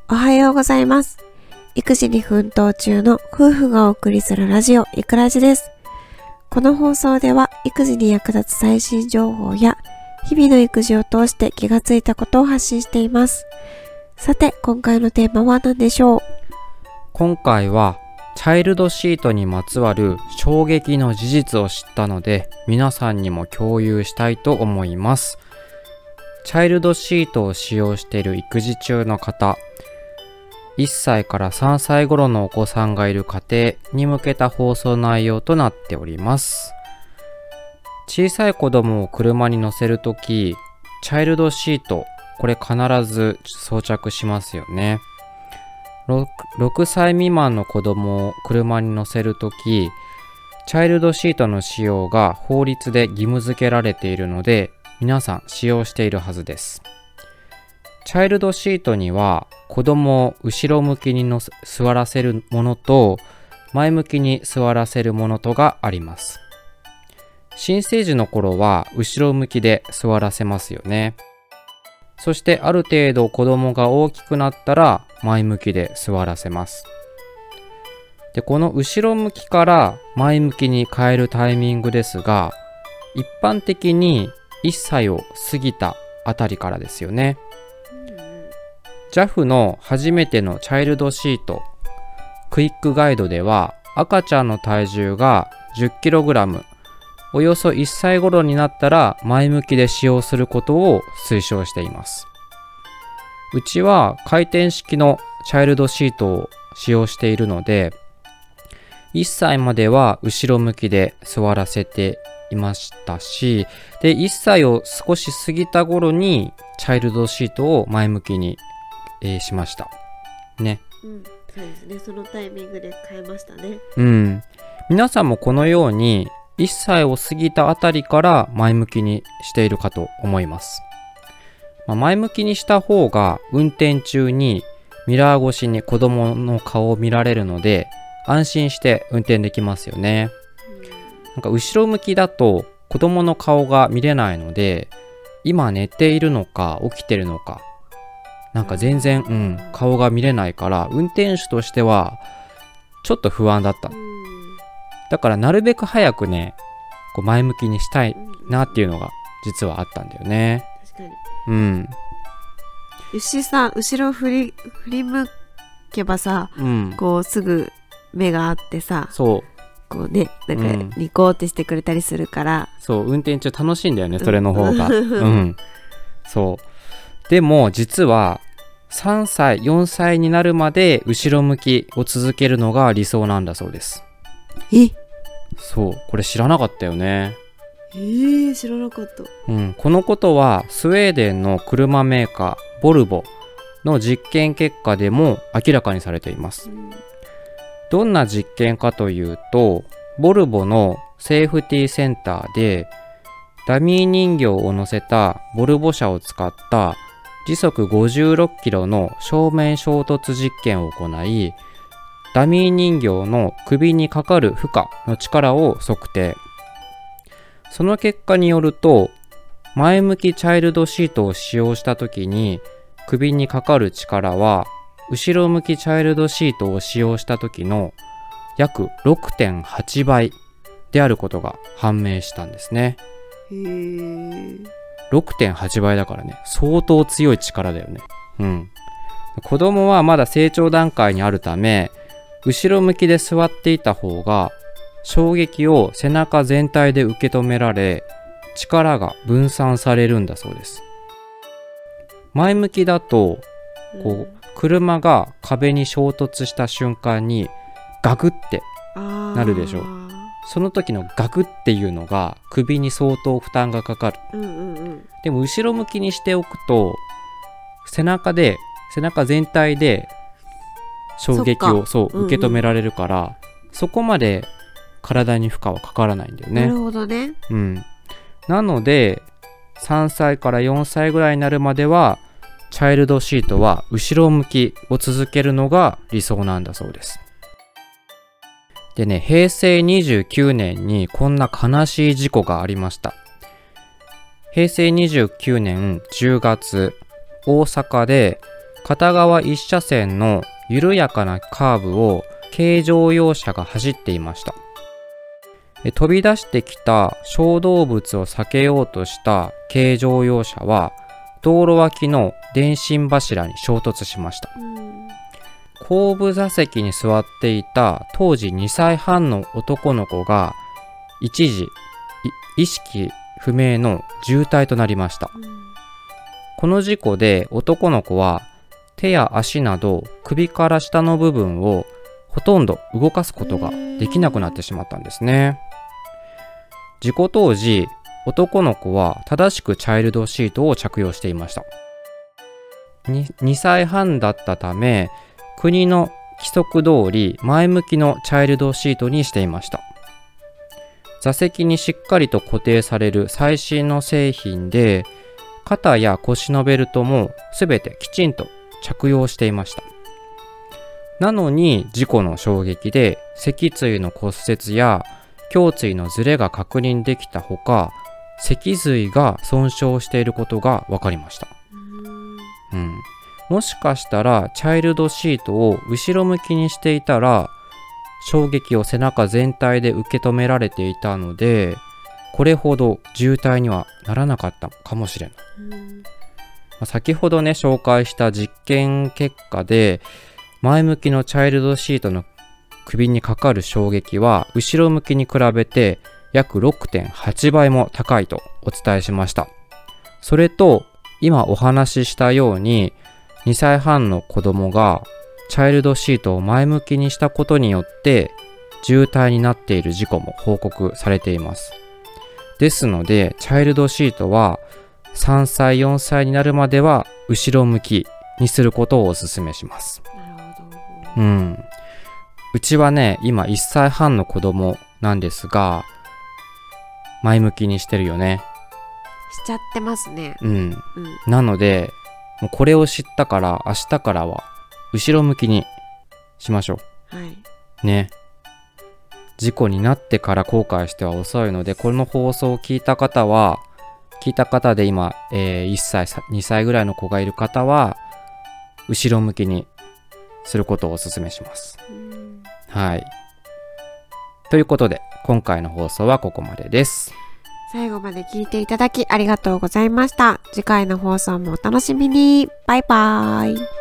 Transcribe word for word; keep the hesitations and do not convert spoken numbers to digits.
おはようございます。育児に奮闘中の夫婦がお送りするラジオいくらじです。この放送では育児に役立つ最新情報や日々の育児を通して気がついたことを発信しています。さて、今回のテーマは何でしょう？ 今回はチャイルドシートにまつわる衝撃の事実を知ったので、皆さんにも共有したいと思います。チャイルドシートを使用している育児中の方、いっさいからさんさい頃のお子さんがいる家庭に向けた放送内容となっております。小さい子供を車に乗せるとき、チャイルドシート、これ必ず装着しますよね。ろく, ろくさい未満の子供を車に乗せるとき、チャイルドシートの使用が法律で義務付けられているので、皆さん使用しているはずです。チャイルドシートには子供を後ろ向きにの座らせるものと前向きに座らせるものとがあります。新生児の頃は後ろ向きで座らせますよね。そしてある程度子供が大きくなったら前向きで座らせます。で、この後ろ向きから前向きに変えるタイミングですが、一般的にいっさいを過ぎたあたりからですよね。ジャフ の初めてのチャイルドシートクイックガイドでは、赤ちゃんの体重が じゅっキログラム、およそいっさい頃になったら前向きで使用することを推奨しています。うちは回転式のチャイルドシートを使用しているので、いっさいまでは後ろ向きで座らせていましたし、でいっさいを少し過ぎた頃にチャイルドシートを前向きに、えー、しましたね。 うん、そうですね。そのタイミングで変えましたね。 うん。皆さんもこのようにいっさいを過ぎたあたりから前向きにしているかと思います。まあ、前向きにした方が運転中にミラー越しに子供の顔を見られるので安心して運転できますよね。なんか後ろ向きだと子供の顔が見れないので、今寝ているのか起きてるのか、なんか全然、うん、顔が見れないから、運転手としてはちょっと不安だった。だからなるべく早くね、こう前向きにしたいなっていうのが実はあったんだよね。 確かに。 うん。 牛さ、後ろ振り振り向けばさ、 うん、こうすぐ目があってさ、 そう。 こうね、なんかニコーってしてくれたりするから、 うん、そう、運転中楽しいんだよね、それの方が。 うん、 うん、そう。でも実はさんさい、よんさいになるまで後ろ向きを続けるのが理想なんだそうです。 え？ そう、これ知らなかったよね。 えー、知らなかった。 うん、このことはスウェーデンの車メーカーボルボの実験結果でも明らかにされています。うん、どんな実験かというと、ボルボのセーフティーセンターでダミー人形を乗せたボルボ車を使った時速ごじゅうろっキロの正面衝突実験を行い、ダミー人形の首にかかる負荷の力を測定。その結果によると、前向きチャイルドシートを使用したときに首にかかる力は、後ろ向きチャイルドシートを使用した時の約 ろくてんはちばいであることが判明したんですね。 へー。 ろくてんはちばいだからね、相当強い力だよね。うん。子供はまだ成長段階にあるため、後ろ向きで座っていた方が衝撃を背中全体で受け止められ、力が分散されるんだそうです。前向きだとこう、うん、車が壁に衝突した瞬間にガクってなるでしょ。その時のガクっていうのが首に相当負担がかかる。 うんうんうん、 でも後ろ向きにしておくと背中で背中全体で衝撃をそう、うんうん、受け止められるから、そこまで体に負荷はかからないんだよね。 なるほどね。 うん。なのでさんさいからよんさいぐらいになるまではチャイルドシートは後ろ向きを続けるのが理想なんだそうです。でね、へいせいにじゅうきゅうねんにこんな悲しい事故がありました。へいせいにじゅうきゅうねんじゅうがつ、大阪で片側一車線の緩やかなカーブを軽乗用車が走っていました。飛び出してきた小動物を避けようとした軽乗用車は道路脇の電信柱に衝突しました。後部座席に座っていた当時にさいはんの男の子が一時意識不明の重体となりました。この事故で男の子は手や足など首から下の部分をほとんど動かすことができなくなってしまったんですね。事故当時、男の子は正しくチャイルドシートを着用していました。に, にさいはんだったため、国の規則通り前向きのチャイルドシートにしていました。座席にしっかりと固定される最新の製品で、肩や腰のベルトもすべてきちんと着用していました。なのに事故の衝撃で脊椎の骨折や胸椎のズレが確認できたほか、脊髄が損傷していることが分かりました。うん、もしかしたらチャイルドシートを後ろ向きにしていたら衝撃を背中全体で受け止められていたので、これほど渋滞にはならなかったかもしれない。まあ、先ほどね紹介した実験結果で前向きのチャイルドシートの首にかかる衝撃は後ろ向きに比べて約 ろくてんはち 倍も高いとお伝えしました。それと今お話ししたようににさいはんの子供がチャイルドシートを前向きにしたことによって渋滞になっている事故も報告されています。ですのでチャイルドシートはさんさいよんさいになるまでは後ろ向きにすることをお勧めします。 なるほど。 うん。うちはね今いっさいはんの子供なんですが前向きにしてるよね。 しちゃってますね。 うん。 うん、 なのでもうこれを知ったから明日からは後ろ向きにしましょう。はい。 ね。事故になってから後悔しては遅いので、この放送を聞いた方は、聞いた方で今、えー、いっさい、にさいぐらいの子がいる方は、後ろ向きにすることをお勧めします。はい。ということで、今回の放送はここまでです。 最後まで聞いていただきありがとうございました。次回の放送もお楽しみに。バイバーイ。